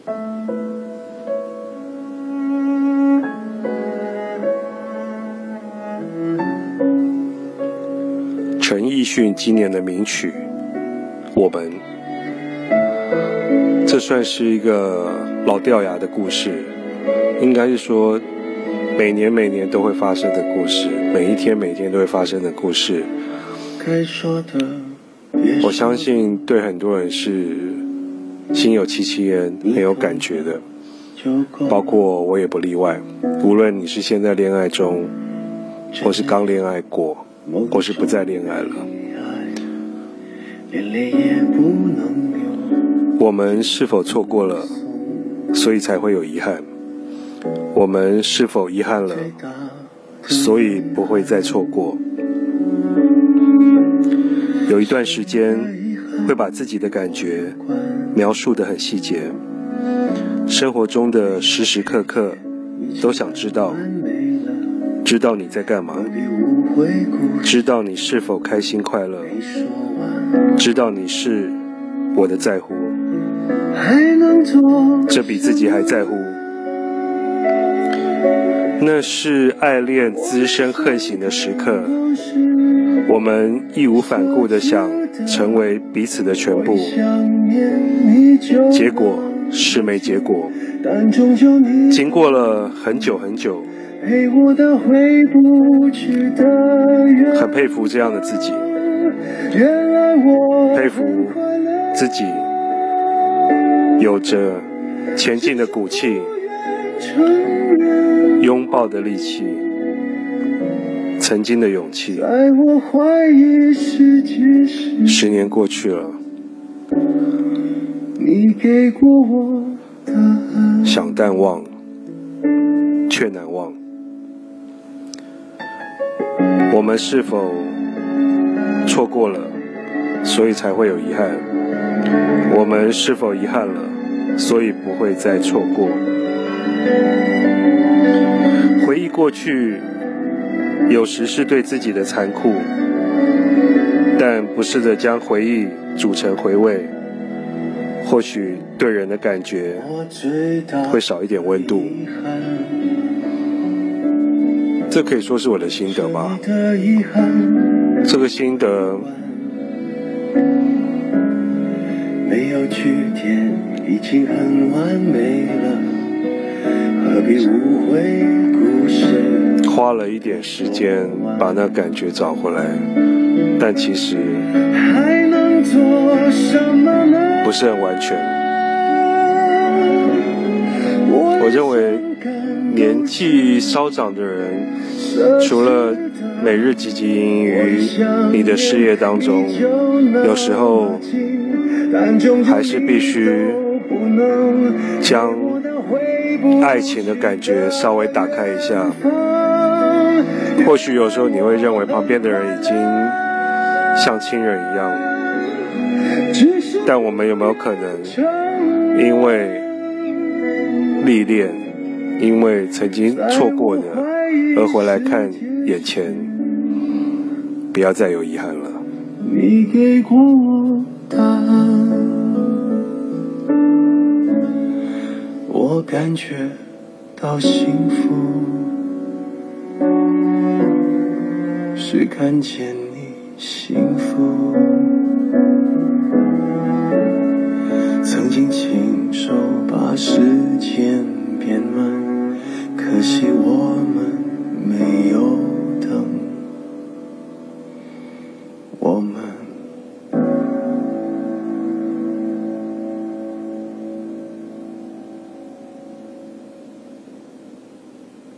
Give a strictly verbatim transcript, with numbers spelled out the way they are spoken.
陈奕迅今年的名曲《我们》，这算是一个老掉牙的故事，应该是说每年每年都会发生的故事，每一天每天都会发生的故事。我相信对很多人是心有戚戚焉，很有感觉的，包括我也不例外。无论你是现在恋爱中，或是刚恋爱过，或是不再恋爱了，我们是否错过了，所以才会有遗憾？我们是否遗憾了，所以不会再错过？有一段时间会把自己的感觉描述得很细节，生活中的时时刻刻都想知道，知道你在干嘛，知道你是否开心快乐，知道你是我的在乎，这比自己还在乎。那是爱恋滋生恨行的时刻，我们义无反顾地想成为彼此的全部，结果是没结果。经过了很久很久，很佩服这样的自己，佩服自己有着前进的骨气，拥抱的力气，曾经的勇气。十年过去了，想淡忘却难忘。我们是否错过了，所以才会有遗憾？我们是否遗憾了，所以不会再错过？回忆过去，有时是对自己的残酷，但不试着将回忆煮成回味，或许对人的感觉会少一点温度。这可以说是我的心得吧。这个心得没有句点，已经很完美了，何必误会故事。花了一点时间把那感觉找回来，但其实还能做什么呢？不是很完全。我认为年纪稍长的人，除了每日汲汲营于你的事业当中，有时候还是必须将爱情的感觉稍微打开一下。或许有时候你会认为旁边的人已经像亲人一样，但我们有没有可能因为历练，因为曾经错过的而回来看眼前，不要再有遗憾了。你给过我答案，我感觉到幸福，是看见你幸福。曾经亲手把时间变慢，可惜我们没有等，我们